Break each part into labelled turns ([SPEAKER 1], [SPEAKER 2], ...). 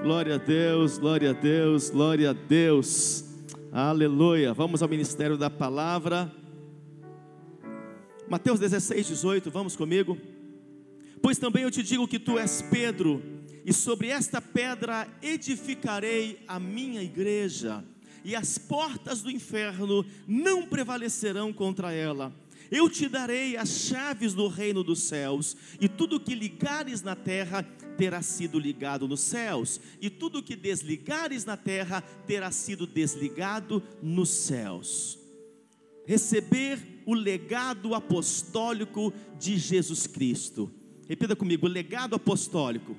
[SPEAKER 1] Glória a Deus, glória a Deus, glória a Deus. Aleluia. Vamos ao ministério da palavra. Mateus 16, 18, vamos comigo. Pois também eu te digo que tu és Pedro, e sobre esta pedra edificarei a minha igreja, e as portas do inferno não prevalecerão contra ela. Eu te darei as chaves do reino dos céus, e tudo que ligares na terra terá sido ligado nos céus, e tudo que desligares na terra terá sido desligado nos céus. Receber o legado apostólico de Jesus Cristo. Repita comigo: legado apostólico.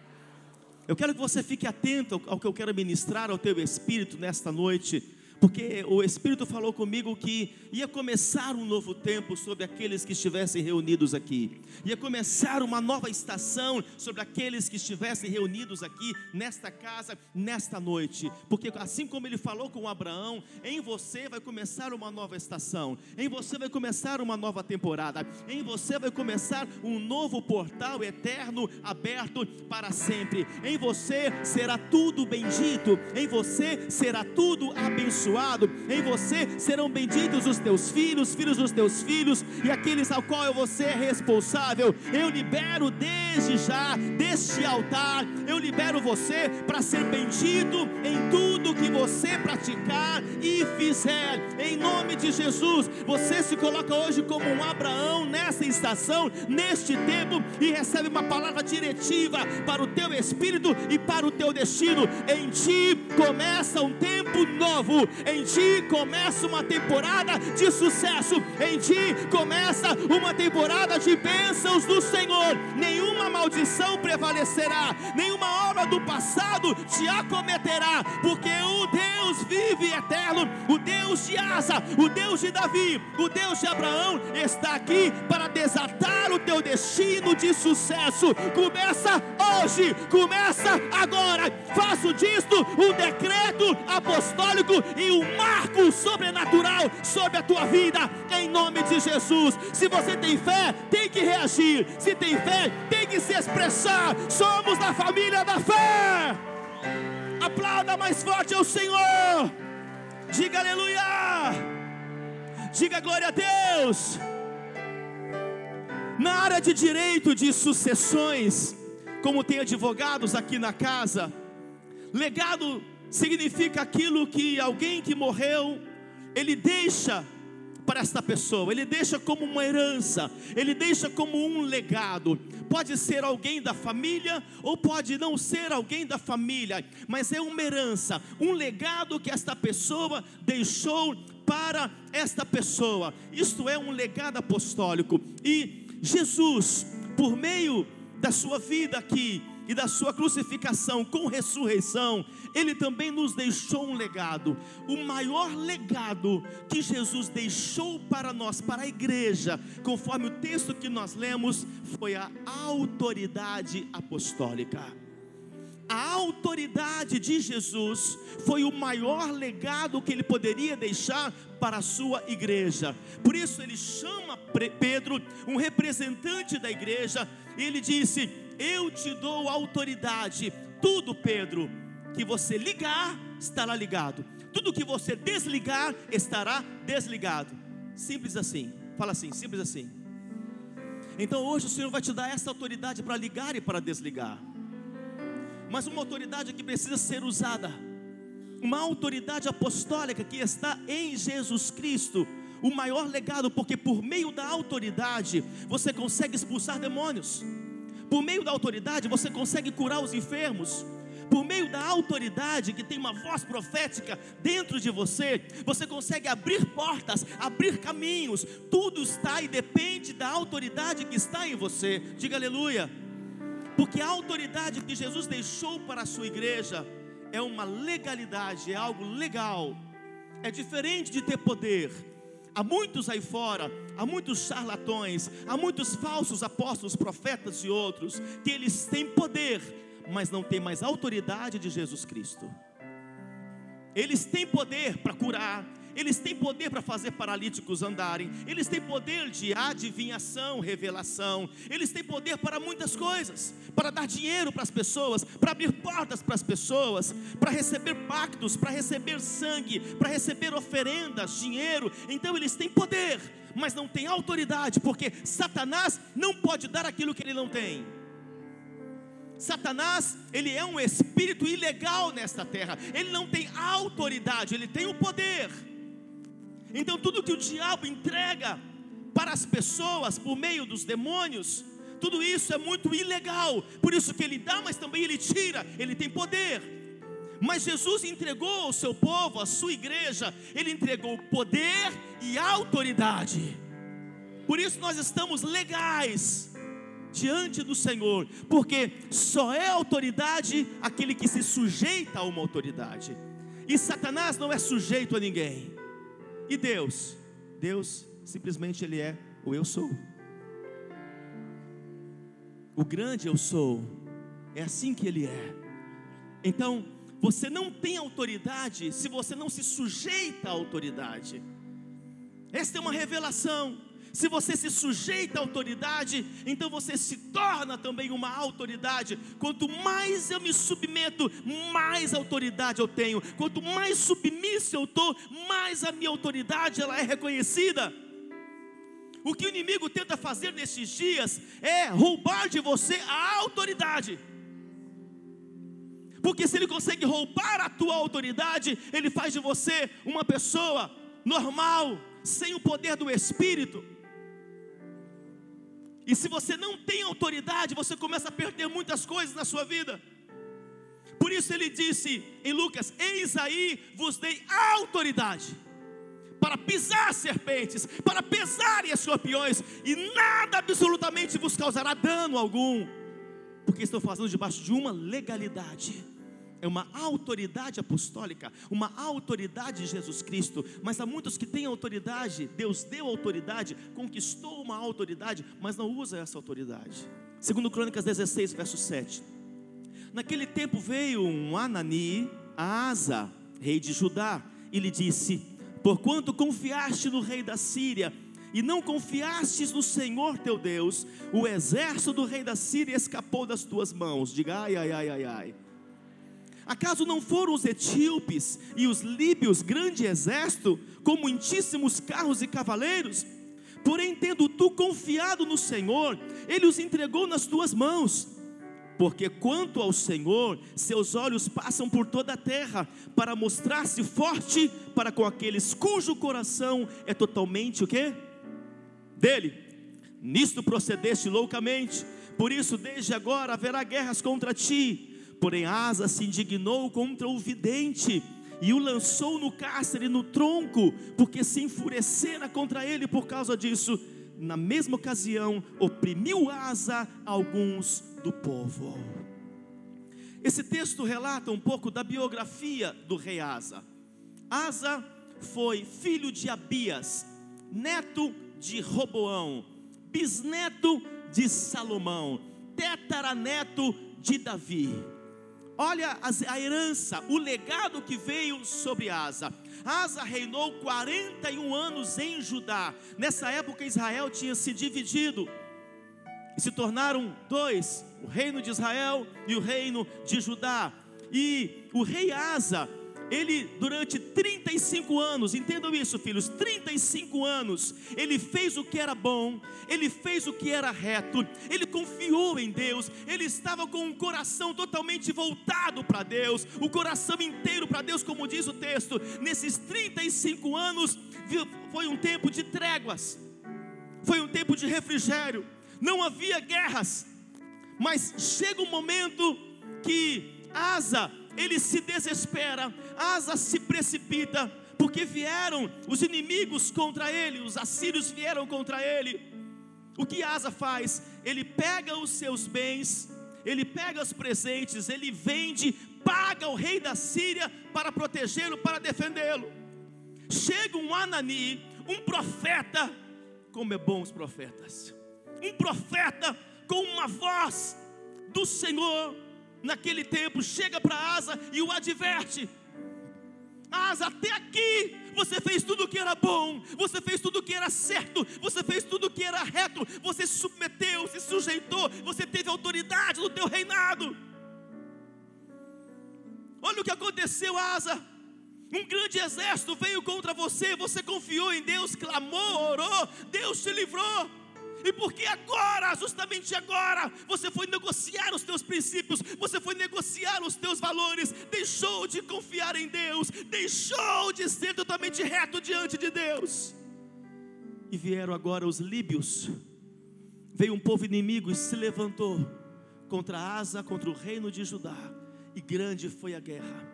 [SPEAKER 1] Eu quero que você fique atento ao que eu quero ministrar ao teu espírito nesta noite, porque o Espírito falou comigo que ia começar um novo tempo sobre aqueles que estivessem reunidos aqui. Ia começar uma nova estação sobre aqueles que estivessem reunidos aqui nesta casa, nesta noite. Porque assim como Ele falou com Abraão, em você vai começar uma nova estação. Em você vai começar uma nova temporada. Em você vai começar um novo portal eterno aberto para sempre. Em você será tudo bendito. Em você será tudo abençoado. Em você serão benditos os teus filhos, filhos dos teus filhos, e aqueles ao qual você é responsável. Eu libero desde já, deste altar, eu libero você para ser bendito em tudo que você praticar e fizer, em nome de Jesus. Você se coloca hoje como um Abraão nessa estação, neste tempo, e recebe uma palavra diretiva para o teu espírito e para o teu destino. Em ti começa um tempo novo. Em ti começa uma temporada de sucesso. Em ti começa uma temporada de bênçãos do Senhor. Nenhuma maldição prevalecerá, nenhuma obra do passado te acometerá, porque o Deus vive eterno, o Deus de Asa, o Deus de Davi, o Deus de Abraão está aqui para desatar o teu destino de sucesso. Começa hoje, começa agora. Faço disto um decreto apostólico e um marco sobrenatural sobre a tua vida, em nome de Jesus. Se você tem fé, tem que reagir. Se tem fé, tem que se expressar. Somos da família da fé. Aplauda mais forte ao Senhor. Diga aleluia. Diga glória a Deus. Na área de direito de sucessões, como tem advogados aqui na casa, legado significa aquilo que alguém que morreu, ele deixa para esta pessoa, ele deixa como uma herança, ele deixa como um legado. Pode ser alguém da família, ou pode não ser alguém da família, mas é uma herança, um legado que esta pessoa deixou para esta pessoa. Isto é um legado apostólico. E Jesus, por meio da sua vida aqui e da sua crucificação com ressurreição, Ele também nos deixou um legado. O maior legado que Jesus deixou para nós, para a igreja, conforme o texto que nós lemos, foi a autoridade apostólica. A autoridade de Jesus foi o maior legado que Ele poderia deixar para a sua igreja. Por isso Ele chama Pedro, um representante da igreja, e Ele disse: eu te dou autoridade. Tudo, Pedro, que você ligar, estará ligado. Tudo que você desligar, estará desligado. Simples assim. Fala assim, simples assim. Então hoje o Senhor vai te dar essa autoridade para ligar e para desligar. Mas uma autoridade que precisa ser usada, uma autoridade apostólica que está em Jesus Cristo. O maior legado, porque por meio da autoridade você consegue expulsar demônios. Por meio da autoridade você consegue curar os enfermos. Por meio da autoridade que tem uma voz profética dentro de você, você consegue abrir portas, abrir caminhos. Tudo está e depende da autoridade que está em você. Diga aleluia. Porque a autoridade que Jesus deixou para a sua igreja é uma legalidade, é algo legal. É diferente de ter poder. Há muitos aí fora, há muitos charlatões, há muitos falsos apóstolos, profetas e outros, que eles têm poder, mas não têm mais a autoridade de Jesus Cristo. Eles têm poder para curar, eles têm poder para fazer paralíticos andarem, eles têm poder de adivinhação, revelação, eles têm poder para muitas coisas, para dar dinheiro para as pessoas, para abrir portas para as pessoas, para receber pactos, para receber sangue, para receber oferendas, dinheiro. Então eles têm poder, mas não têm autoridade, porque Satanás não pode dar aquilo que ele não tem. Satanás, ele é um espírito ilegal nesta terra, ele não tem autoridade, ele tem o poder. Então tudo que o diabo entrega para as pessoas por meio dos demônios, tudo isso é muito ilegal. Por isso que ele dá, mas também ele tira, ele tem poder. Mas Jesus entregou ao seu povo, à sua igreja, ele entregou poder e autoridade. Por isso nós estamos legais diante do Senhor, porque só é autoridade aquele que se sujeita a uma autoridade, e Satanás não é sujeito a ninguém. E Deus simplesmente ele é o eu sou, o grande eu sou, é assim que ele é. Então você não tem autoridade se você não se sujeita à autoridade. Esta é uma revelação. Se você se sujeita à autoridade, então você se torna também uma autoridade. Quanto mais eu me submeto, mais autoridade eu tenho. Quanto mais submisso eu estou, mais a minha autoridade ela é reconhecida. O que o inimigo tenta fazer nesses dias é roubar de você a autoridade. Porque se ele consegue roubar a tua autoridade, ele faz de você uma pessoa normal, sem o poder do Espírito. E se você não tem autoridade, você começa a perder muitas coisas na sua vida. Por isso ele disse em Lucas: eis aí vos dei autoridade para pisar serpentes, para pesar escorpiões, e nada absolutamente vos causará dano algum, porque estou fazendo debaixo de uma legalidade. É uma autoridade apostólica, uma autoridade de Jesus Cristo. Mas há muitos que têm autoridade, Deus deu autoridade, conquistou uma autoridade, mas não usa essa autoridade. Segundo Crônicas 16, verso 7. Naquele tempo veio um Anani a Asa, rei de Judá, e lhe disse: porquanto confiaste no rei da Síria, e não confiastes no Senhor teu Deus, o exército do rei da Síria escapou das tuas mãos. Diga ai, ai, ai, ai, ai. Acaso não foram os etíopes e os líbios grande exército, com muitíssimos carros e cavaleiros? Porém, tendo tu confiado no Senhor, Ele os entregou nas tuas mãos. Porque quanto ao Senhor, seus olhos passam por toda a terra, para mostrar-se forte para com aqueles cujo coração é totalmente o quê? Dele. Nisto procedeste loucamente, por isso desde agora haverá guerras contra ti. Porém Asa se indignou contra o vidente e o lançou no cárcere, no tronco, porque se enfurecera contra ele por causa disso. Na mesma ocasião oprimiu Asa alguns do povo. Esse texto relata um pouco da biografia do rei Asa. Asa foi filho de Abias, neto de Roboão, bisneto de Salomão, tetaraneto de Davi. Olha a herança, o legado que veio sobre Asa. Asa reinou 41 anos em Judá. Nessa época Israel tinha se dividido e se tornaram dois: o reino de Israel e o reino de Judá. E o rei Asa, ele durante 35 anos, entendam isso filhos, 35 anos, ele fez o que era bom, ele fez o que era reto, ele confiou em Deus, ele estava com o coração totalmente voltado para Deus, o coração inteiro para Deus, como diz o texto. Nesses 35 anos, foi um tempo de tréguas, foi um tempo de refrigério, não havia guerras. Mas chega um momento que Asa, ele se desespera, Asa se precipita, porque vieram os inimigos contra ele, os assírios vieram contra ele. O que Asa faz? Ele pega os seus bens, ele pega os presentes, ele vende, paga o rei da Síria para protegê-lo, para defendê-lo. Chega um Anani, um profeta, como é bom os profetas, um profeta com uma voz do Senhor. Naquele tempo chega para Asa e o adverte: Asa, até aqui você fez tudo o que era bom, você fez tudo o que era certo, você fez tudo o que era reto, você se submeteu, se sujeitou, você teve autoridade no teu reinado. Olha o que aconteceu, Asa. Um grande exército veio contra você, você confiou em Deus, clamou, orou, Deus te livrou. E porque agora, justamente agora, você foi negociar os teus princípios, você foi negociar os teus valores, deixou de confiar em Deus, deixou de ser totalmente reto diante de Deus. E vieram agora os líbios, veio um povo inimigo e se levantou contra Asa, contra o reino de Judá, e grande foi a guerra.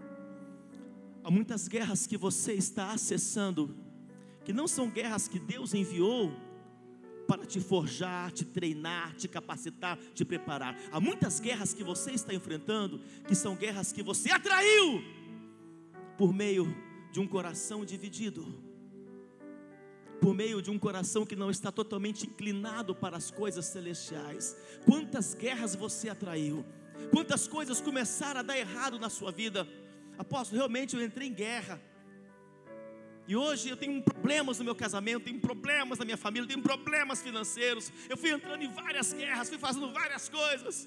[SPEAKER 1] Há muitas guerras que você está acessando, que não são guerras que Deus enviou para te forjar, te treinar, te capacitar, te preparar. Há muitas guerras que você está enfrentando, que são guerras que você atraiu por meio de um coração dividido, por meio de um coração que não está totalmente inclinado para as coisas celestiais. Quantas guerras você atraiu, quantas coisas começaram a dar errado na sua vida. Apóstolo, realmente eu entrei em guerra, e hoje eu tenho problemas no meu casamento, tenho problemas na minha família, tenho problemas financeiros. Eu fui entrando em várias guerras, fui fazendo várias coisas.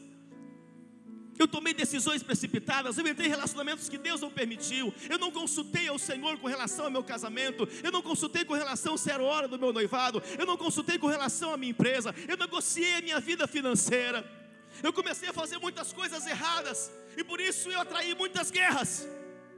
[SPEAKER 1] Eu tomei decisões precipitadas, eu entrei em relacionamentos que Deus não permitiu. Eu não consultei ao Senhor com relação ao meu casamento, eu não consultei com relação se era hora do meu noivado, eu não consultei com relação à minha empresa, eu negociei a minha vida financeira. Eu comecei a fazer muitas coisas erradas, e por isso eu atraí muitas guerras.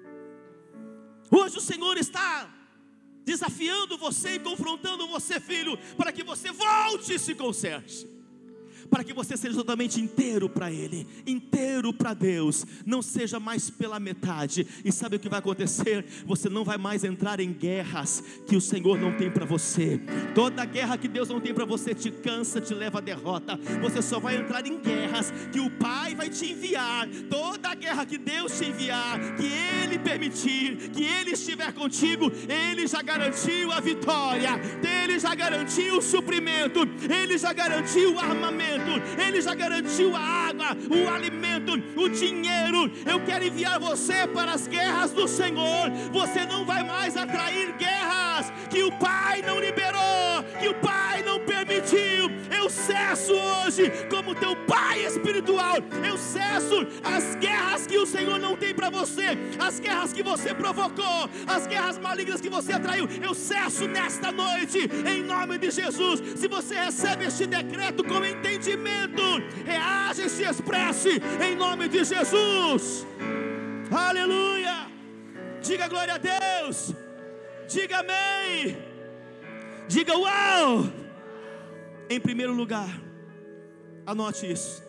[SPEAKER 1] Hoje o Senhor está desafiando você e confrontando você, filho, para que você volte e se conserte, para que você seja totalmente inteiro para Ele, inteiro para Deus, não seja mais pela metade. E sabe o que vai acontecer? Você não vai mais entrar em guerras que o Senhor não tem para você. Toda guerra que Deus não tem para você te cansa, te leva à derrota. Você só vai entrar em guerras que o Pai vai te enviar. Toda guerra que Deus te enviar, que Ele permitir, que Ele estiver contigo, Ele já garantiu a vitória, Ele já garantiu o suprimento, Ele já garantiu o armamento, Ele já garantiu a água, o alimento, o dinheiro. Eu quero enviar você para as guerras do Senhor. Você não vai mais atrair guerras que o Pai não liberou, que o Pai não permitiu. Eu cesso hoje, como teu Pai espiritual, eu cesso as guerras que o Senhor não tem para você, as guerras que você provocou, as guerras malignas que você atraiu. Eu cesso nesta noite, em nome de Jesus. Se você recebe este decreto com entendimento, reaja e se expresse em nome de Jesus. Aleluia. Diga glória a Deus, diga amém, diga uau. Em primeiro lugar, anote isso,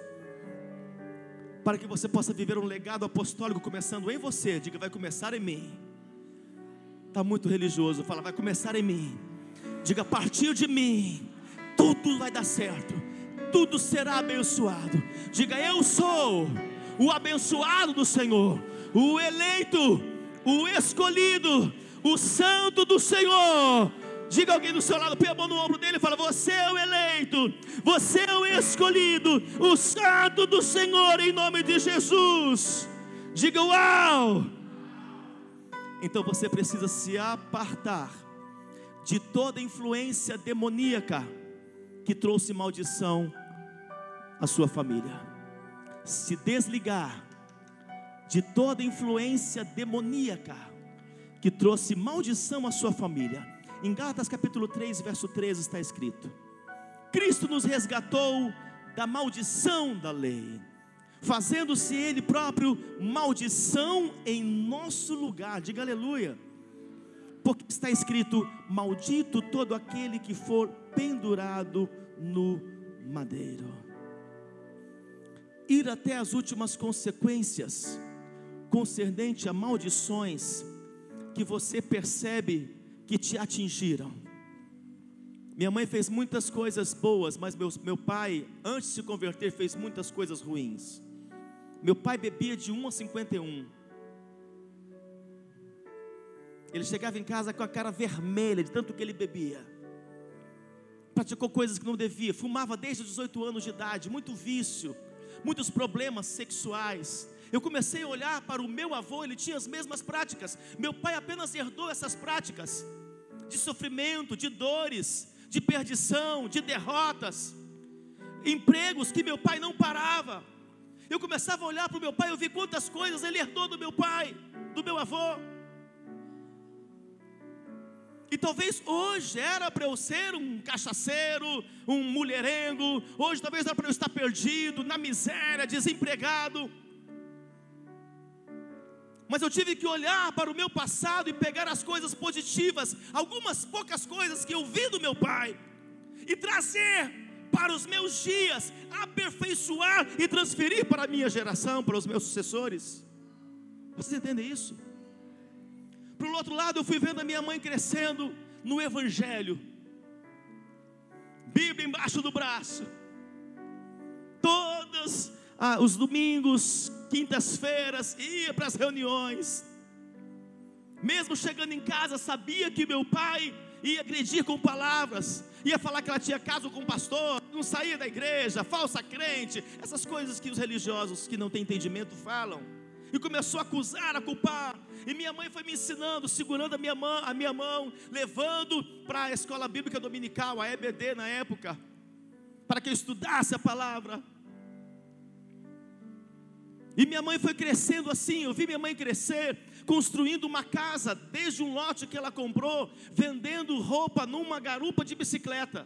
[SPEAKER 1] para que você possa viver um legado apostólico começando em você. Diga, vai começar em mim. Está muito religioso, fala, vai começar em mim. Diga, a partir de mim tudo vai dar certo, tudo será abençoado. Diga, eu sou o abençoado do Senhor, o eleito, o escolhido, o santo do Senhor. Diga alguém do seu lado, põe a mão no ombro dele e fala, você é o eleito, você é o escolhido, o santo do Senhor, em nome de Jesus. Diga uau. Então você precisa se apartar de toda influência demoníaca que trouxe maldição à sua família. Se desligar de toda influência demoníaca que trouxe maldição à sua família. Em Gálatas capítulo 3, verso 13 está escrito: Cristo nos resgatou da maldição da lei, fazendo-se Ele próprio maldição em nosso lugar. Diga aleluia. Porque está escrito: maldito todo aquele que for pendurado no madeiro. Ir até as últimas consequências concernente a maldições que você percebe que te atingiram. Minha mãe fez muitas coisas boas, mas meu pai, antes de se converter, fez muitas coisas ruins. Meu pai bebia de 1 a 51. Ele chegava em casa com a cara vermelha de tanto que ele bebia. Praticou coisas que não devia. Fumava desde os 18 anos de idade. Muito vício, muitos problemas sexuais. Eu comecei a olhar para o meu avô, ele tinha as mesmas práticas. Meu pai apenas herdou essas práticas de sofrimento, de dores, de perdição, de derrotas, empregos que meu pai não parava. Eu começava a olhar para o meu pai, eu vi quantas coisas ele herdou do meu pai, do meu avô. E talvez hoje era para eu ser um cachaceiro, um mulherengo. Hoje talvez era para eu estar perdido, na miséria, desempregado. Mas eu tive que olhar para o meu passado e pegar as coisas positivas, algumas poucas coisas que eu vi do meu pai, e trazer para os meus dias, aperfeiçoar e transferir para a minha geração, para os meus sucessores. Vocês entendem isso? Para o outro lado, eu fui vendo a minha mãe crescendo no Evangelho, Bíblia embaixo do braço, todos os domingos, quintas-feiras, ia para as reuniões. Mesmo chegando em casa, sabia que meu pai ia agredir com palavras, ia falar que ela tinha caso com o pastor, não saía da igreja, falsa crente, essas coisas que os religiosos que não têm entendimento falam. E começou a acusar, a culpar. E minha mãe foi me ensinando, segurando a minha mão, levando para a escola bíblica dominical, a EBD na época, para que eu estudasse a palavra. E minha mãe foi crescendo assim. Eu vi minha mãe crescer, construindo uma casa, desde um lote que ela comprou, vendendo roupa numa garupa de bicicleta.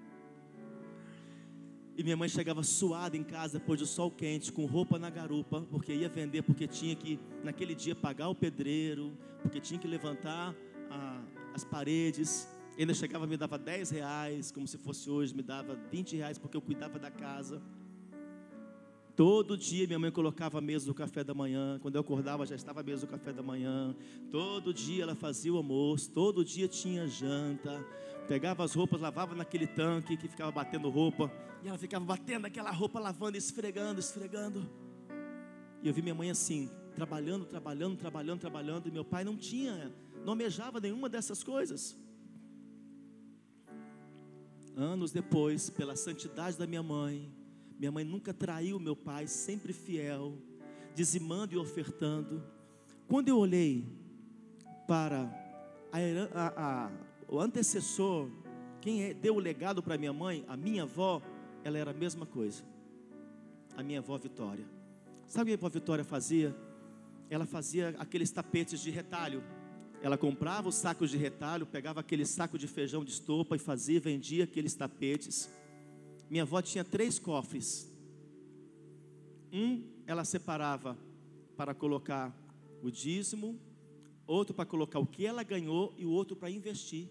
[SPEAKER 1] E minha mãe chegava suada em casa, depois do sol quente, com roupa na garupa, porque ia vender, porque tinha que, naquele dia, pagar o pedreiro, porque tinha que levantar as paredes. E ainda chegava, me dava R$10, como se fosse hoje, me dava R$20, porque eu cuidava da casa. Todo dia minha mãe colocava a mesa do café da manhã. Quando eu acordava, já estava a mesa do café da manhã. Todo dia ela fazia o almoço, todo dia tinha janta. Pegava as roupas, lavava naquele tanque que ficava batendo roupa, e ela ficava batendo aquela roupa, lavando, esfregando. E eu vi minha mãe assim, trabalhando, e meu pai não almejava nenhuma dessas coisas. Anos depois, pela santidade da minha mãe nunca traiu meu pai, sempre fiel, dizimando e ofertando. Quando eu olhei para o antecessor, deu o legado para minha mãe, a minha avó, ela era a mesma coisa. A minha avó Vitória. Sabe o que a avó Vitória fazia? Ela fazia aqueles tapetes de retalho. Ela comprava os sacos de retalho, pegava aquele saco de feijão de estopa e vendia aqueles tapetes. Minha avó tinha 3 cofres. Ela separava para colocar o dízimo, outro para colocar o que ela ganhou e o outro para investir.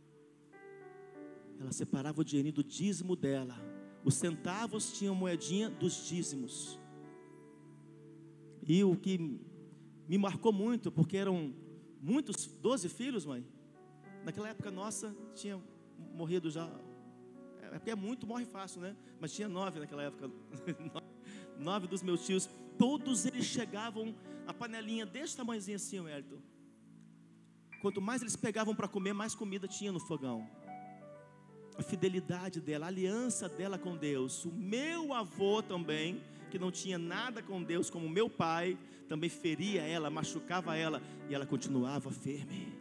[SPEAKER 1] Ela separava o dinheirinho do dízimo dela. Os centavos tinham moedinha dos dízimos. E o que me marcou muito, porque eram muitos, 12 filhos, mãe. Naquela época nossa, tinha morrido já. É porque muito, morre fácil, né? Mas tinha 9 naquela época. 9 dos meus tios. Todos eles chegavam, a panelinha desse tamanhozinho assim, Wellington. Quanto mais eles pegavam para comer, mais comida tinha no fogão. A fidelidade dela, a aliança dela com Deus. O meu avô também, que não tinha nada com Deus, como meu pai, também feria ela, machucava ela, e ela continuava firme.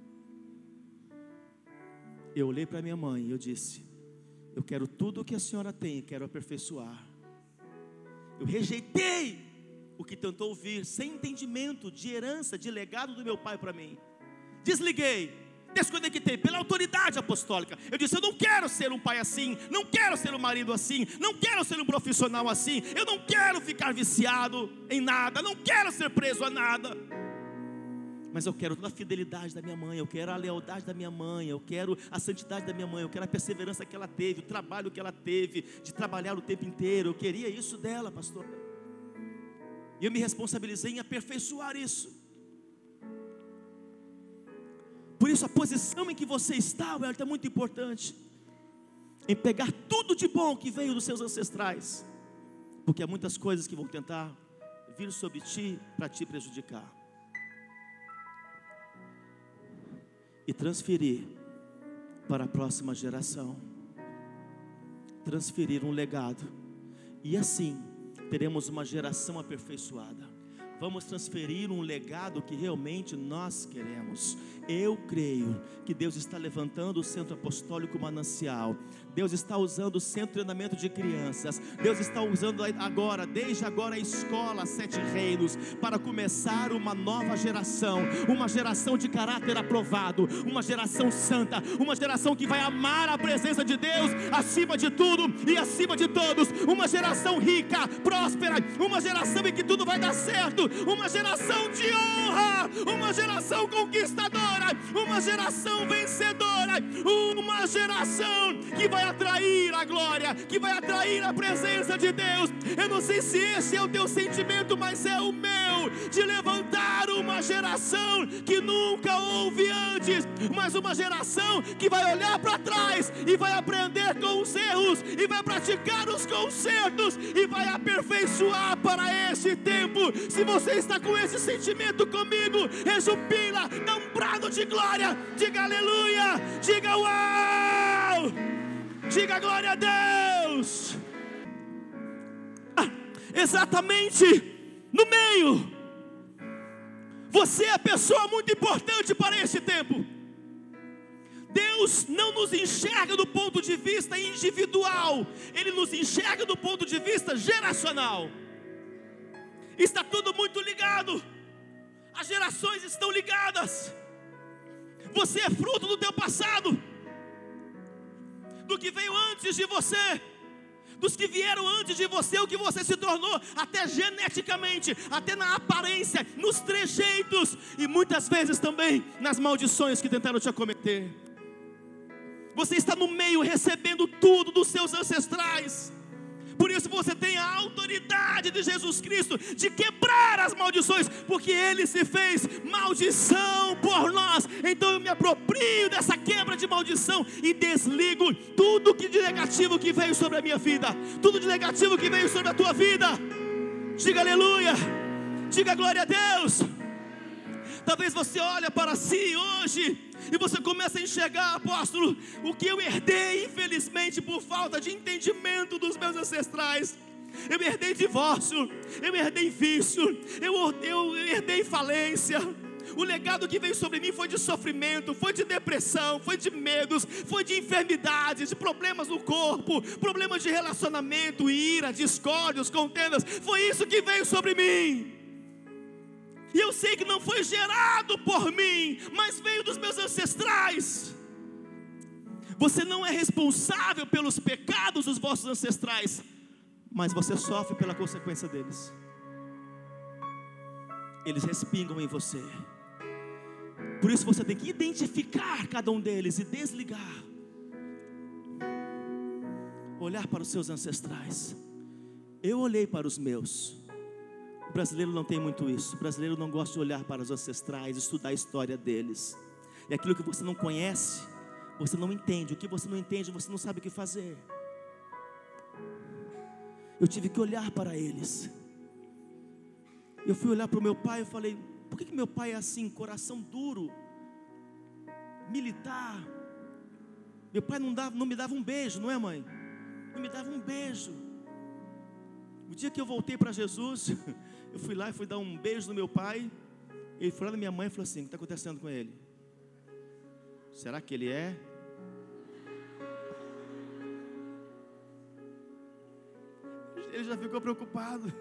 [SPEAKER 1] Eu olhei para minha mãe e eu disse: eu quero tudo o que a senhora tem e quero aperfeiçoar. Eu rejeitei o que tentou ouvir, sem entendimento de herança, de legado do meu pai para mim. Desliguei, desconectei pela autoridade apostólica. Eu disse: eu não quero ser um pai assim, não quero ser um marido assim, não quero ser um profissional assim, eu não quero ficar viciado em nada, não quero ser preso a nada. Mas eu quero toda a fidelidade da minha mãe, eu quero a lealdade da minha mãe, eu quero a santidade da minha mãe, eu quero a perseverança que ela teve, o trabalho que ela teve, de trabalhar o tempo inteiro. Eu queria isso dela, pastor. E eu me responsabilizei em aperfeiçoar isso. Por isso a posição em que você está, é muito importante. Em pegar tudo de bom que veio dos seus ancestrais. Porque há muitas coisas que vão tentar vir sobre ti para te prejudicar. E transferir para a próxima geração. Transferir um legado. E assim teremos uma geração aperfeiçoada. vamos transferir um legado que realmente nós queremos. Eu creio que Deus está levantando o Centro Apostólico Manancial. Deus está usando o Centro de Treinamento de Crianças. Deus está usando agora, desde agora, a Escola Sete Reinos, para começar uma nova geração. Uma geração de caráter aprovado, uma geração santa, uma geração que vai amar a presença de Deus acima de tudo e acima de todos. Uma geração rica, próspera, uma geração em que tudo vai dar certo, uma geração de honra, uma geração conquistadora, uma geração vencedora, uma geração que vai atrair a glória, que vai atrair a presença de Deus. Eu não sei se esse é o teu sentimento, mas é o meu, de levantar uma geração que nunca houve antes, mas uma geração que vai olhar para trás e vai aprender com os erros, e vai praticar os consertos, e vai aperfeiçoar para esse tempo. Se você está com esse sentimento comigo, rejubila, dá um brado de glória, diga aleluia, diga uau, diga glória a Deus. Exatamente no meio, você é a pessoa muito importante para esse tempo. Deus não nos enxerga do ponto de vista individual, Ele nos enxerga do ponto de vista geracional. Está tudo muito ligado, as gerações estão ligadas. Você é fruto do teu passado, do que veio antes de você, dos que vieram antes de você, o que você se tornou, até geneticamente, até na aparência, nos trejeitos, e muitas vezes também nas maldições que tentaram te acometer. Você está no meio recebendo tudo dos seus ancestrais. Por isso você tem a autoridade de Jesus Cristo de quebrar as maldições, porque Ele se fez maldição por nós. Então eu me aproprio dessa quebra de maldição e desligo tudo que de negativo que veio sobre a minha vida, tudo de negativo que veio sobre a tua vida. Diga aleluia, diga glória a Deus. Talvez você olhe para si hoje e você começa a enxergar, apóstolo, o que eu herdei, infelizmente, por falta de entendimento dos meus ancestrais. Eu herdei divórcio, eu herdei vício, eu herdei falência. O legado que veio sobre mim foi de sofrimento, foi de depressão, foi de medos, foi de enfermidades, de problemas no corpo, problemas de relacionamento, ira, discórdias, contendas. Foi isso que veio sobre mim. E eu sei que não foi gerado por mim, mas veio dos meus ancestrais. Você não é responsável pelos pecados dos vossos ancestrais, mas você sofre pela consequência deles. Eles respingam em você. Por isso você tem que identificar cada um deles e desligar. Olhar para os seus ancestrais. Eu olhei para os meus. O brasileiro não tem muito isso. O brasileiro não gosta de olhar para os ancestrais, estudar a história deles. E aquilo que você não conhece, você não entende. O que você não entende, você não sabe o que fazer. Eu tive que olhar para eles. Eu fui olhar para o meu pai e falei: por que meu pai é assim, coração duro, militar? Meu pai não me dava um beijo, não é, mãe? Não me dava um beijo. O dia que eu voltei para Jesus, eu fui lá e fui dar um beijo no meu pai. Ele foi lá na minha mãe e falou assim: o que está acontecendo com ele? Será que ele é? Ele já ficou preocupado.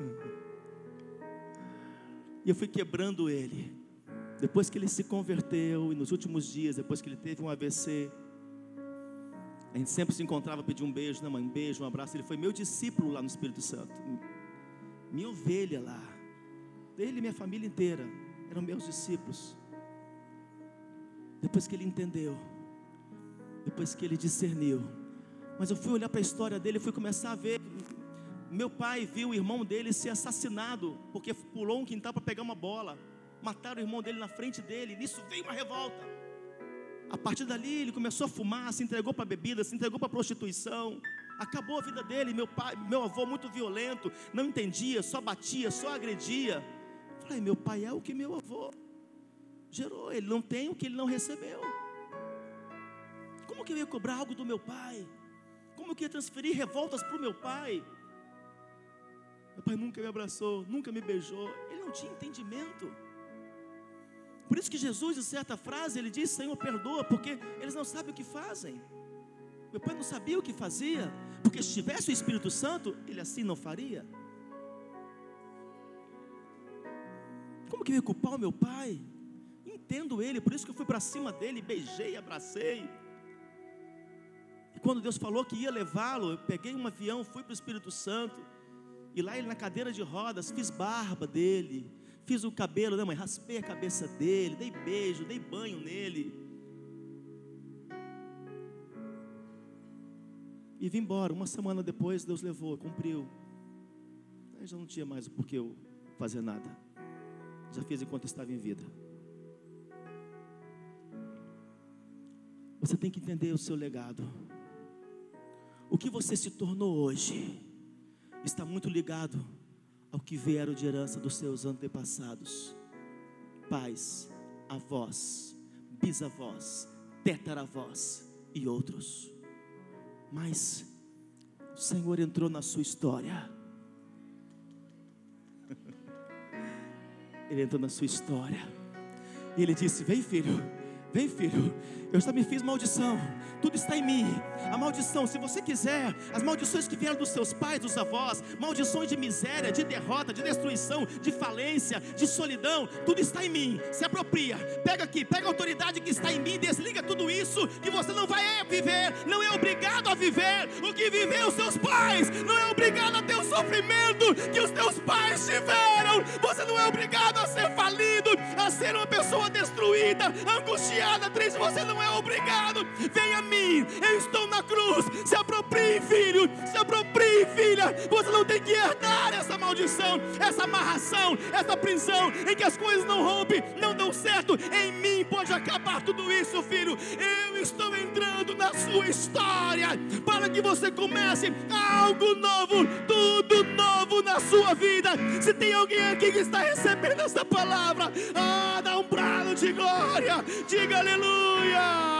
[SPEAKER 1] E eu fui quebrando ele. Depois que ele se converteu, e nos últimos dias, depois que ele teve um AVC, a gente sempre se encontrava, pedia um beijo, né, mãe? Um beijo, um abraço. Ele foi meu discípulo lá no Espírito Santo, minha ovelha lá. Ele e minha família inteira eram meus discípulos. Depois que ele entendeu, depois que ele discerniu. Mas eu fui olhar para a história dele e fui começar a ver. Meu pai viu o irmão dele ser assassinado, porque pulou um quintal para pegar uma bola. Mataram o irmão dele na frente dele. Nisso veio uma revolta. A partir dali ele começou a fumar, se entregou para a bebida, se entregou para a prostituição. Acabou a vida dele. Meu avô muito violento, não entendia, só batia, só agredia. Falei: meu pai é o que meu avô gerou. Ele não tem o que ele não recebeu. Como que eu ia cobrar algo do meu pai? Como que eu ia transferir revoltas para o meu pai? Meu pai nunca me abraçou, nunca me beijou. Ele não tinha entendimento. Por isso que Jesus, em certa frase, ele diz: Senhor, perdoa, porque eles não sabem o que fazem. Meu pai não sabia o que fazia, porque se tivesse o Espírito Santo, ele assim não faria. Como que eu ia culpar o meu pai? Entendo ele, por isso que eu fui para cima dele, beijei, abracei. E quando Deus falou que ia levá-lo, eu peguei um avião, fui para o Espírito Santo. E lá ele na cadeira de rodas, fiz barba dele, fiz o cabelo, né, mãe? Raspei a cabeça dele, dei beijo, dei banho nele. E vim embora. Uma semana depois Deus levou, cumpriu. Aí já não tinha mais o porquê eu fazer nada. Já fiz enquanto estava em vida. Você tem que entender o seu legado. O que você se tornou hoje está muito ligado ao que vieram de herança dos seus antepassados. Pais, avós, bisavós, tetaravós e outros. Mas o Senhor entrou na sua história. Ele entrou na sua história. E Ele disse: vem filho, eu já me fiz maldição, tudo está em mim. A maldição, se você quiser, as maldições que vieram dos seus pais, dos avós, maldições de miséria, de derrota, de destruição, de falência, de solidão, tudo está em mim. Se apropria, pega aqui, pega a autoridade que está em mim, desliga tudo isso, que você não vai viver, não é obrigado a viver o que viveu os seus pais, não é obrigado a ter o sofrimento que os teus pais tiveram, você não é obrigado a ser falido, a ser uma pessoa destruída, angustiada, triste, você não é obrigado. Vem a mim, eu estou na cruz. Se aproprie, filho, se aproprie, filha. Você não tem que herdar essa maldição, essa amarração, essa prisão em que as coisas não rompem, não dão certo. Em mim pode acabar tudo isso, filho. Eu estou entrando na sua história para que você comece algo novo, tudo novo na sua vida. Se tem alguém aqui que está recebendo essa palavra, dá um brado de glória, diga aleluia.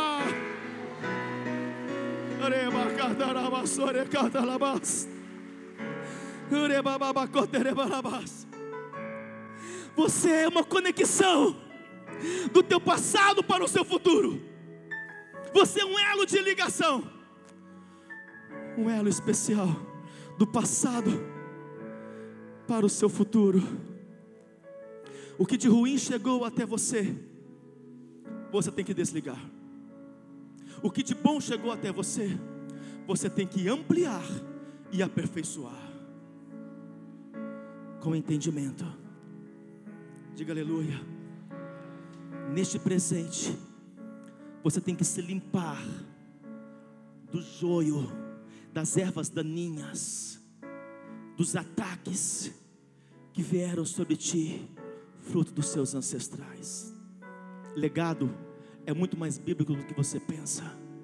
[SPEAKER 1] Você é uma conexão do teu passado para o seu futuro. Você é um elo de ligação, um elo especial do passado para o seu futuro. O que de ruim chegou até você, você tem que desligar. O que de bom chegou até você, você tem que ampliar e aperfeiçoar com entendimento. Diga aleluia. Neste presente, você tem que se limpar do joio, das ervas daninhas, dos ataques que vieram sobre ti, fruto dos seus ancestrais. Legado é muito mais bíblico do que você pensa.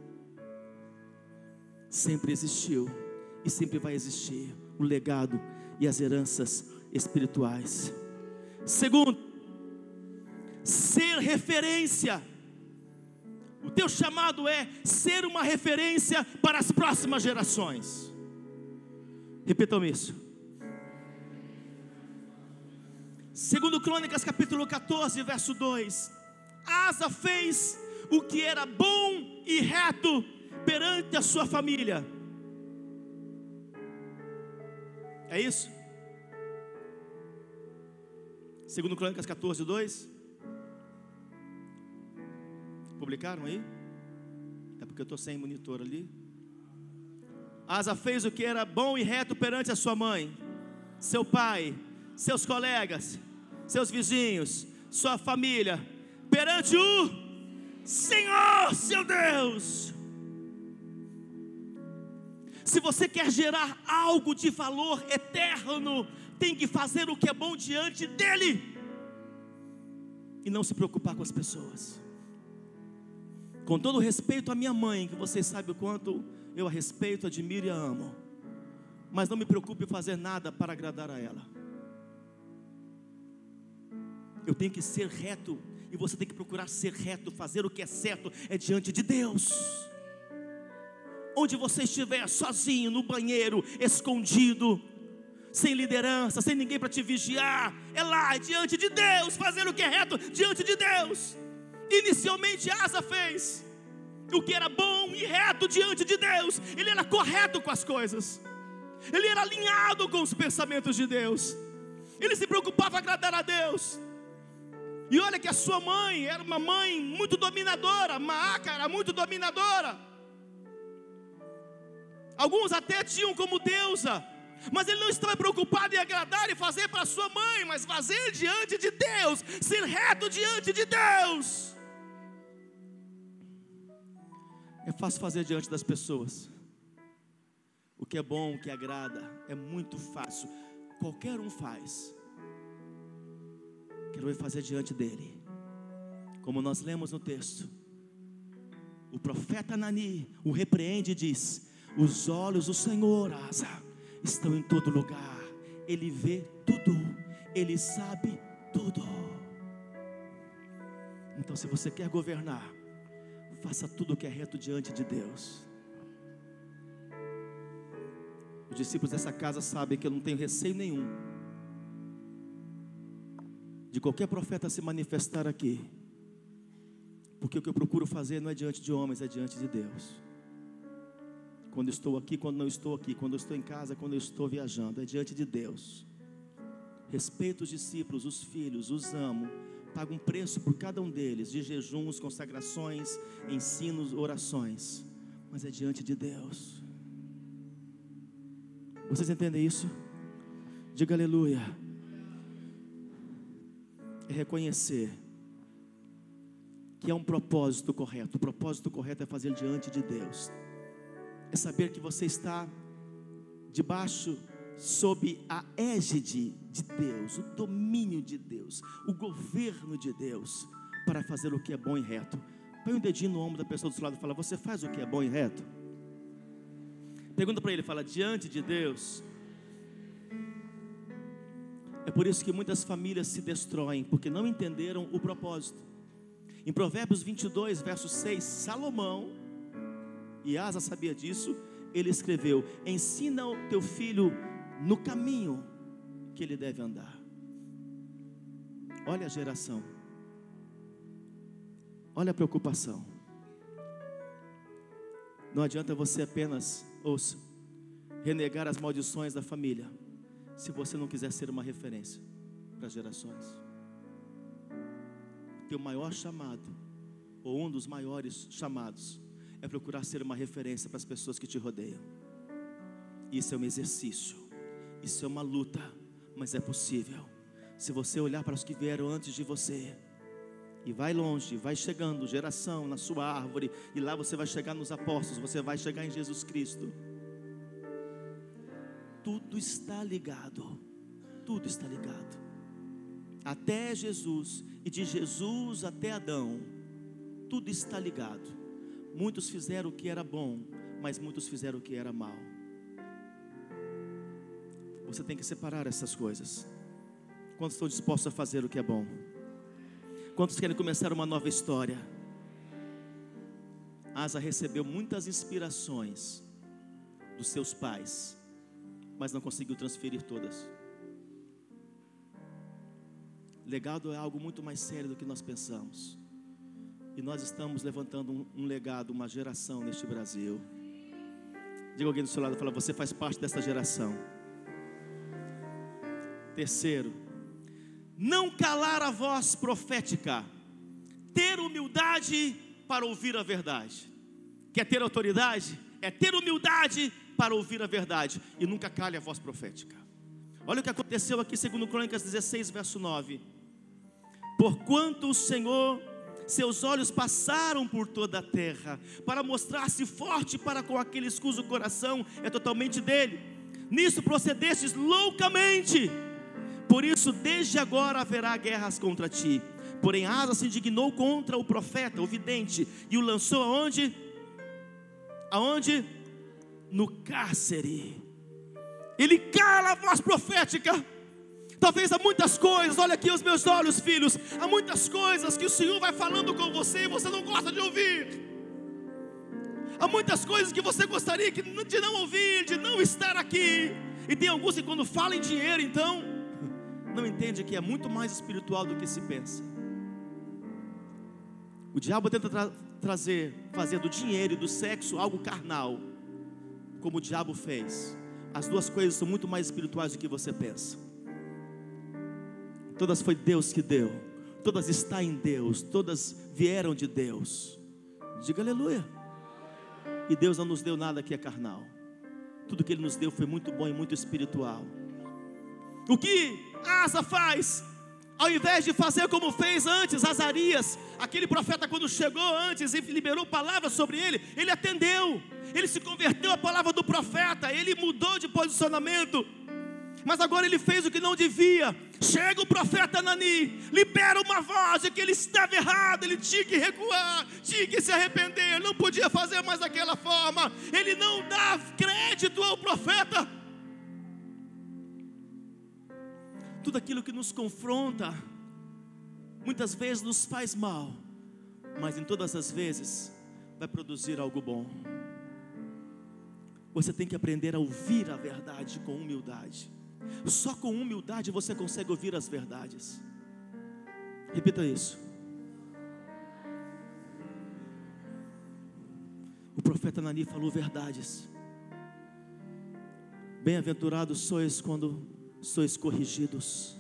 [SPEAKER 1] Sempre existiu e sempre vai existir o legado e as heranças espirituais. Segundo, ser referência. O teu chamado é ser uma referência para as próximas gerações. Repitam isso. Segundo Crônicas capítulo 14, verso 2. Asa fez o que era bom e reto perante a sua família. É isso? Segundo Crônicas 14, 2. Publicaram aí? É porque eu estou sem monitor ali. Asa fez o que era bom e reto perante a sua mãe, seu pai, seus colegas, seus vizinhos, sua família, perante o Senhor, seu Deus. Se você quer gerar algo de valor eterno, tem que fazer o que é bom diante dEle e não se preocupar com as pessoas. Com todo respeito à minha mãe, que vocês sabem o quanto eu a respeito, admiro e a amo, mas não me preocupe em fazer nada para agradar a ela. Eu tenho que ser reto, e você tem que procurar ser reto, fazer o que é certo, é diante de Deus. Onde você estiver, sozinho, no banheiro, escondido, sem liderança, sem ninguém para te vigiar. É lá, diante de Deus, fazer o que é reto diante de Deus. Inicialmente Asa fez o que era bom e reto diante de Deus. Ele era correto com as coisas, ele era alinhado com os pensamentos de Deus, ele se preocupava em agradar a Deus. E olha que a sua mãe era uma mãe muito dominadora. Maaca era muito dominadora. Alguns até tinham como deusa, mas ele não estava preocupado em agradar e fazer para sua mãe, mas fazer diante de Deus, ser reto diante de Deus. É fácil fazer diante das pessoas o que é bom, o que agrada, é muito fácil, qualquer um faz. Quero ver fazer diante dele, como nós lemos no texto. O profeta Anani o repreende e diz: os olhos do Senhor, Asa, estão em todo lugar. Ele vê tudo, ele sabe tudo. Então, se você quer governar, faça tudo o que é reto diante de Deus. Os discípulos dessa casa sabem que eu não tenho receio nenhum de qualquer profeta se manifestar aqui, porque o que eu procuro fazer não é diante de homens, é diante de Deus. Quando estou aqui, quando não estou aqui, quando eu estou em casa, quando eu estou viajando, é diante de Deus. Respeito os discípulos, os filhos, os amo, pago um preço por cada um deles, de jejuns, consagrações, ensinos, orações, mas é diante de Deus. Vocês entendem isso? Diga aleluia. É reconhecer que é um propósito correto. O propósito correto é fazer diante de Deus. É saber que você está debaixo, sob a égide de Deus, o domínio de Deus, o governo de Deus, para fazer o que é bom e reto. Põe um dedinho no ombro da pessoa do seu lado e fala: você faz o que é bom e reto? Pergunta para ele, fala: diante de Deus. É por isso que muitas famílias se destroem, porque não entenderam o propósito. Em Provérbios 22, verso 6, Salomão, e Asa sabia disso, ele escreveu: ensina o teu filho no caminho que ele deve andar. Olha a geração, olha a preocupação. Não adianta você apenas, ouça, renegar as maldições da família, se você não quiser ser uma referência para as gerações. O teu maior chamado, ou um dos maiores chamados, é procurar ser uma referência para as pessoas que te rodeiam. Isso é um exercício, isso é uma luta, mas é possível. Se você olhar para os que vieram antes de você, e vai longe, vai chegando geração na sua árvore, e lá você vai chegar nos apóstolos, você vai chegar em Jesus Cristo. Tudo está ligado, tudo está ligado, até Jesus, e de Jesus até Adão, tudo está ligado. Muitos fizeram o que era bom, mas muitos fizeram o que era mal. Você tem que separar essas coisas. Quantos estão dispostos a fazer o que é bom? Quantos querem começar uma nova história? Asa recebeu muitas inspirações dos seus pais, mas não conseguiu transferir todas. Legado é algo muito mais sério do que nós pensamos. E nós estamos levantando um legado, uma geração neste Brasil. Diga alguém do seu lado e fala: você faz parte dessa geração. Terceiro, não calar a voz profética. Ter humildade para ouvir a verdade. Quer ter autoridade? É ter humildade para ouvir a verdade. E nunca cale a voz profética. Olha o que aconteceu aqui, segundo Crônicas 16, verso 9. Porquanto o Senhor, seus olhos passaram por toda a terra, para mostrar-se forte para com aqueles cujo coração é totalmente dele. Nisso procedestes loucamente. Por isso desde agora haverá guerras contra ti. Porém Asa se indignou contra o profeta, o vidente, e o lançou aonde? Aonde? No cárcere. Ele cala a voz profética. Talvez há muitas coisas, olha aqui os meus olhos, filhos, há muitas coisas que o Senhor vai falando com você e você não gosta de ouvir. Há muitas coisas que você gostaria de não ouvir, de não estar aqui. E tem alguns que quando falam em dinheiro, então, não entende que é muito mais espiritual do que se pensa. O diabo tenta fazer do dinheiro e do sexo algo carnal, como o diabo fez. As duas coisas são muito mais espirituais do que você pensa. Todas foi Deus que deu, todas estão em Deus, todas vieram de Deus. Diga aleluia. E Deus não nos deu nada que é carnal. Tudo que Ele nos deu foi muito bom e muito espiritual. O que Asa faz? Ao invés de fazer como fez antes Azarias, aquele profeta, quando chegou antes e liberou palavras sobre ele, ele atendeu, ele se converteu à palavra do profeta, ele mudou de posicionamento. Mas agora ele fez o que não devia. Chega o profeta Anani, libera uma voz de que ele estava errado, ele tinha que recuar, tinha que se arrepender, não podia fazer mais daquela forma. Ele não dá crédito ao profeta. Tudo aquilo que nos confronta, muitas vezes nos faz mal, mas em todas as vezes vai produzir algo bom. Você tem que aprender a ouvir a verdade com humildade. Só com humildade você consegue ouvir as verdades. Repita isso. O profeta Anani falou verdades. Bem-aventurados sois quando sois corrigidos,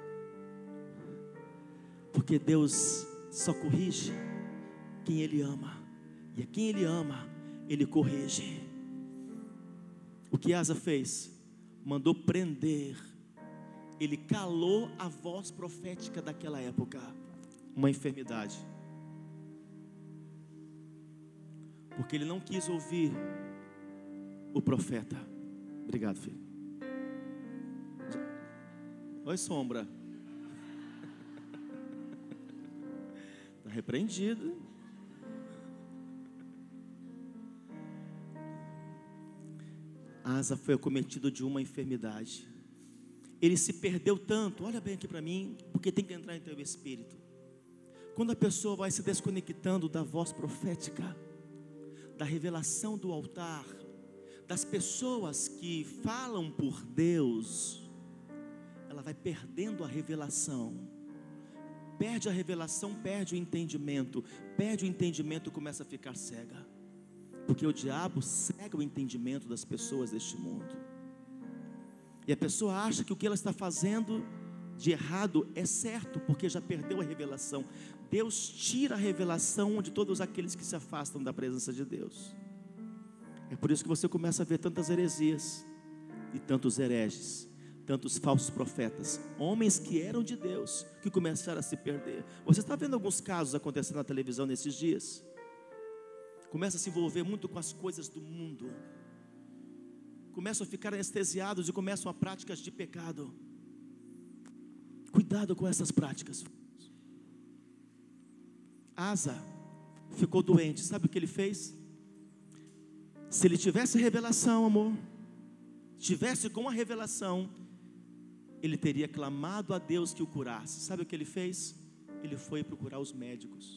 [SPEAKER 1] porque Deus só corrige quem Ele ama, e a quem Ele ama, Ele corrige. O que Asa fez? Mandou prender, ele calou a voz profética daquela época, uma enfermidade, porque ele não quis ouvir o profeta. Obrigado, filho. Oi, sombra. Está repreendido. Asa foi acometido de uma enfermidade. Ele se perdeu tanto. Olha bem aqui para mim, porque tem que entrar em teu espírito. Quando a pessoa vai se desconectando da voz profética, da revelação do altar, das pessoas que falam por Deus, ela vai perdendo a revelação. Perde a revelação, perde o entendimento. Perde o entendimento, começa a ficar cega. Porque o diabo cega o entendimento das pessoas deste mundo. E a pessoa acha que o que ela está fazendo de errado é certo, porque já perdeu a revelação. Deus tira a revelação de todos aqueles que se afastam da presença de Deus. É por isso que você começa a ver tantas heresias e tantos hereges, tantos falsos profetas, homens que eram de Deus, que começaram a se perder. Você está vendo alguns casos acontecendo na televisão nesses dias? Começa a se envolver muito com as coisas do mundo, começam a ficar anestesiados e começam a práticas de pecado. Cuidado com essas práticas. Asa ficou doente, sabe o que ele fez? Se ele tivesse revelação, amor, tivesse com a revelação, ele teria clamado a Deus que o curasse. Sabe o que ele fez? Ele foi procurar os médicos.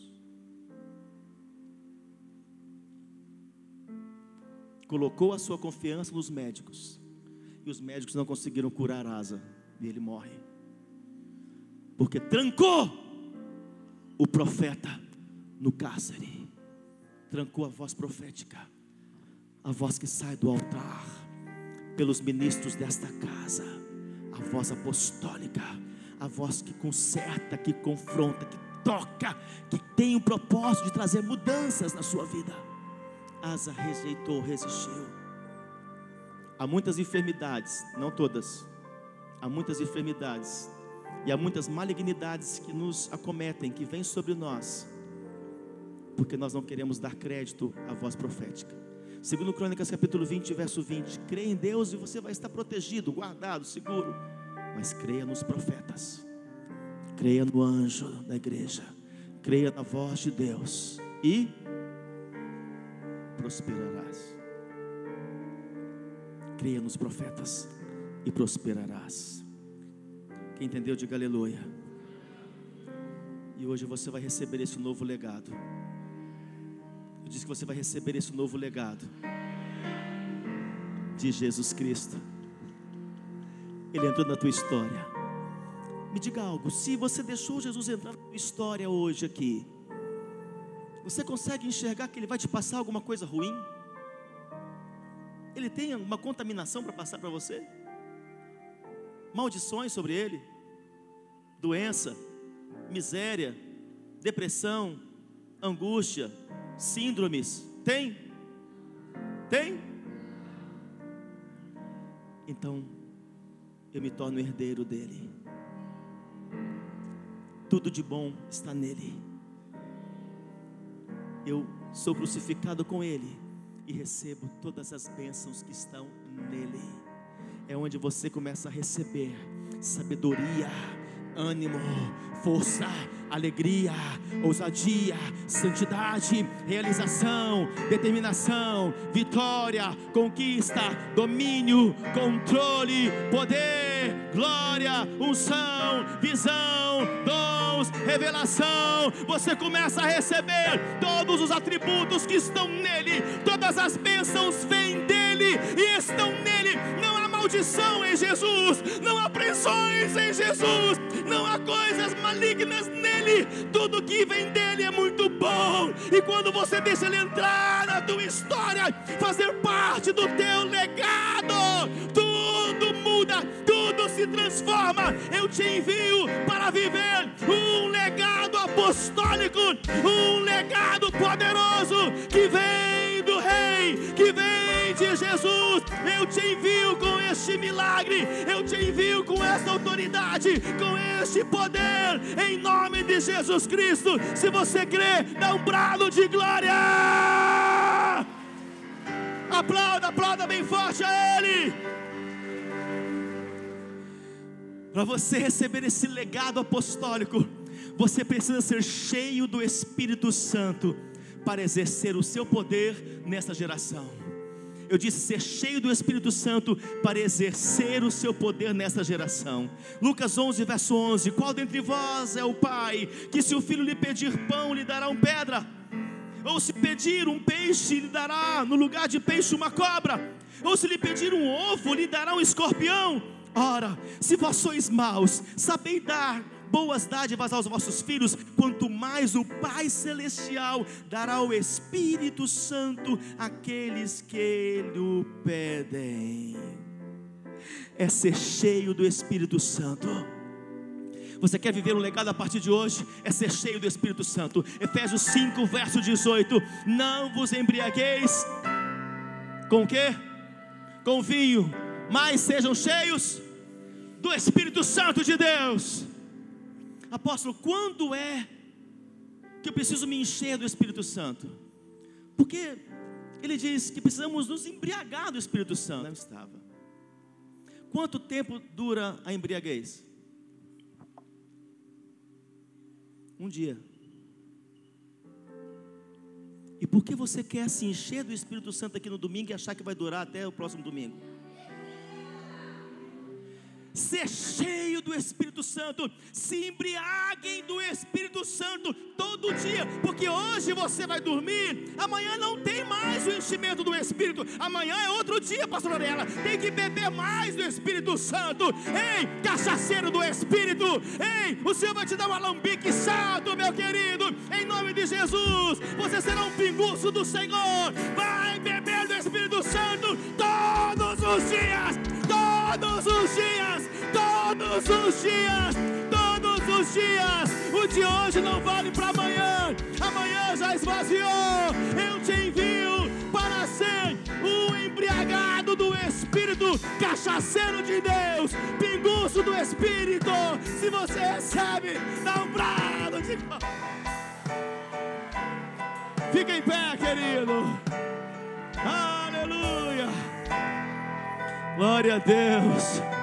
[SPEAKER 1] Colocou a sua confiança nos médicos, e os médicos não conseguiram curar Asa, e ele morre, porque trancou o profeta no cárcere, trancou a voz profética, a voz que sai do altar, pelos ministros desta casa, a voz apostólica, a voz que conserta, que confronta, que toca, que tem o propósito de trazer mudanças na sua vida. Asa rejeitou, resistiu. Há muitas enfermidades, não todas, há muitas enfermidades e há muitas malignidades que nos acometem, que vêm sobre nós, porque nós não queremos dar crédito à voz profética. Segundo Crônicas capítulo 20, verso 20, creia em Deus e você vai estar protegido, guardado, seguro, mas creia nos profetas, creia no anjo da igreja, creia na voz de Deus e prosperarás. Creia nos profetas e prosperarás. Quem entendeu, diga aleluia. E hoje você vai receber esse novo legado. Eu disse que você vai receber esse novo legado de Jesus Cristo. Ele entrou na tua história. Me diga algo, se você deixou Jesus entrar na tua história hoje aqui, você consegue enxergar que Ele vai te passar alguma coisa ruim? Ele tem uma contaminação para passar para você? Maldições sobre Ele? Doença, miséria, depressão, angústia, síndromes? Tem? Tem? Então, eu me torno herdeiro dele. Tudo de bom está nele. Eu sou crucificado com ele e recebo todas as bênçãos que estão nele. É onde você começa a receber sabedoria, ânimo, força, alegria, ousadia, santidade, realização, determinação, vitória, conquista, domínio, controle, poder, glória, unção, visão, dons, revelação. Você começa a receber todos os atributos que estão nele. Todas as bênçãos vêm dele e estão nele. Não há maldição em Jesus, não há pressões em Jesus, não há coisas malignas nele. Tudo que vem dele é muito bom. E quando você deixa ele entrar na tua história, fazer parte do teu legado, tudo muda, tudo se transforma. Eu te envio para viver um legado apostólico, um legado poderoso que vem do Rei, que vem de Jesus. Eu te envio com este milagre, eu te envio com esta autoridade, com este poder, em nome de Jesus Cristo. Se você crê, dá um brado de glória. Aplauda, aplauda bem forte a Ele. Para você receber esse legado apostólico, você precisa ser cheio do Espírito Santo para exercer o seu poder nessa geração. Eu disse ser cheio do Espírito Santo para exercer o seu poder nessa geração. Lucas 11, verso 11: qual dentre vós é o pai, que se o filho lhe pedir pão, lhe dará uma pedra? Ou se pedir um peixe, lhe dará no lugar de peixe uma cobra? Ou se lhe pedir um ovo, lhe dará um escorpião? Ora, se vós sois maus, sabeis dar boas dádivas aos vossos filhos, quanto mais o Pai Celestial dará o Espírito Santo àqueles que lhe pedem. É ser cheio do Espírito Santo. Você quer viver um legado a partir de hoje? É ser cheio do Espírito Santo. Efésios 5, verso 18: não vos embriagueis com o quê? Com vinho, mas sejam cheios do Espírito Santo de Deus. Apóstolo, quando é que eu preciso me encher do Espírito Santo? Porque ele diz que precisamos nos embriagar do Espírito Santo. Não estava. Quanto tempo dura a embriaguez? Um dia. E por que você quer se encher do Espírito Santo aqui no domingo e achar que vai durar até o próximo domingo? Ser cheio do Espírito Santo. Se embriaguem do Espírito Santo todo dia, porque hoje você vai dormir, amanhã não tem mais o enchimento do Espírito. Amanhã é outro dia, pastor Orela. Tem que beber mais do Espírito Santo. Ei, cachaceiro do Espírito, ei, o Senhor vai te dar um alambique santo, meu querido, em nome de Jesus. Você será um pinguço do Senhor. Vai beber do Espírito Santo todos os dias. Todos os dias, todos os dias, todos os dias. O de hoje não vale para amanhã, amanhã já esvaziou. Eu te envio para ser um embriagado do Espírito, cachaceiro de Deus, pinguço do Espírito. Se você recebe, dá um brado de... Fica em pé, querido. Aleluia. Glória a Deus.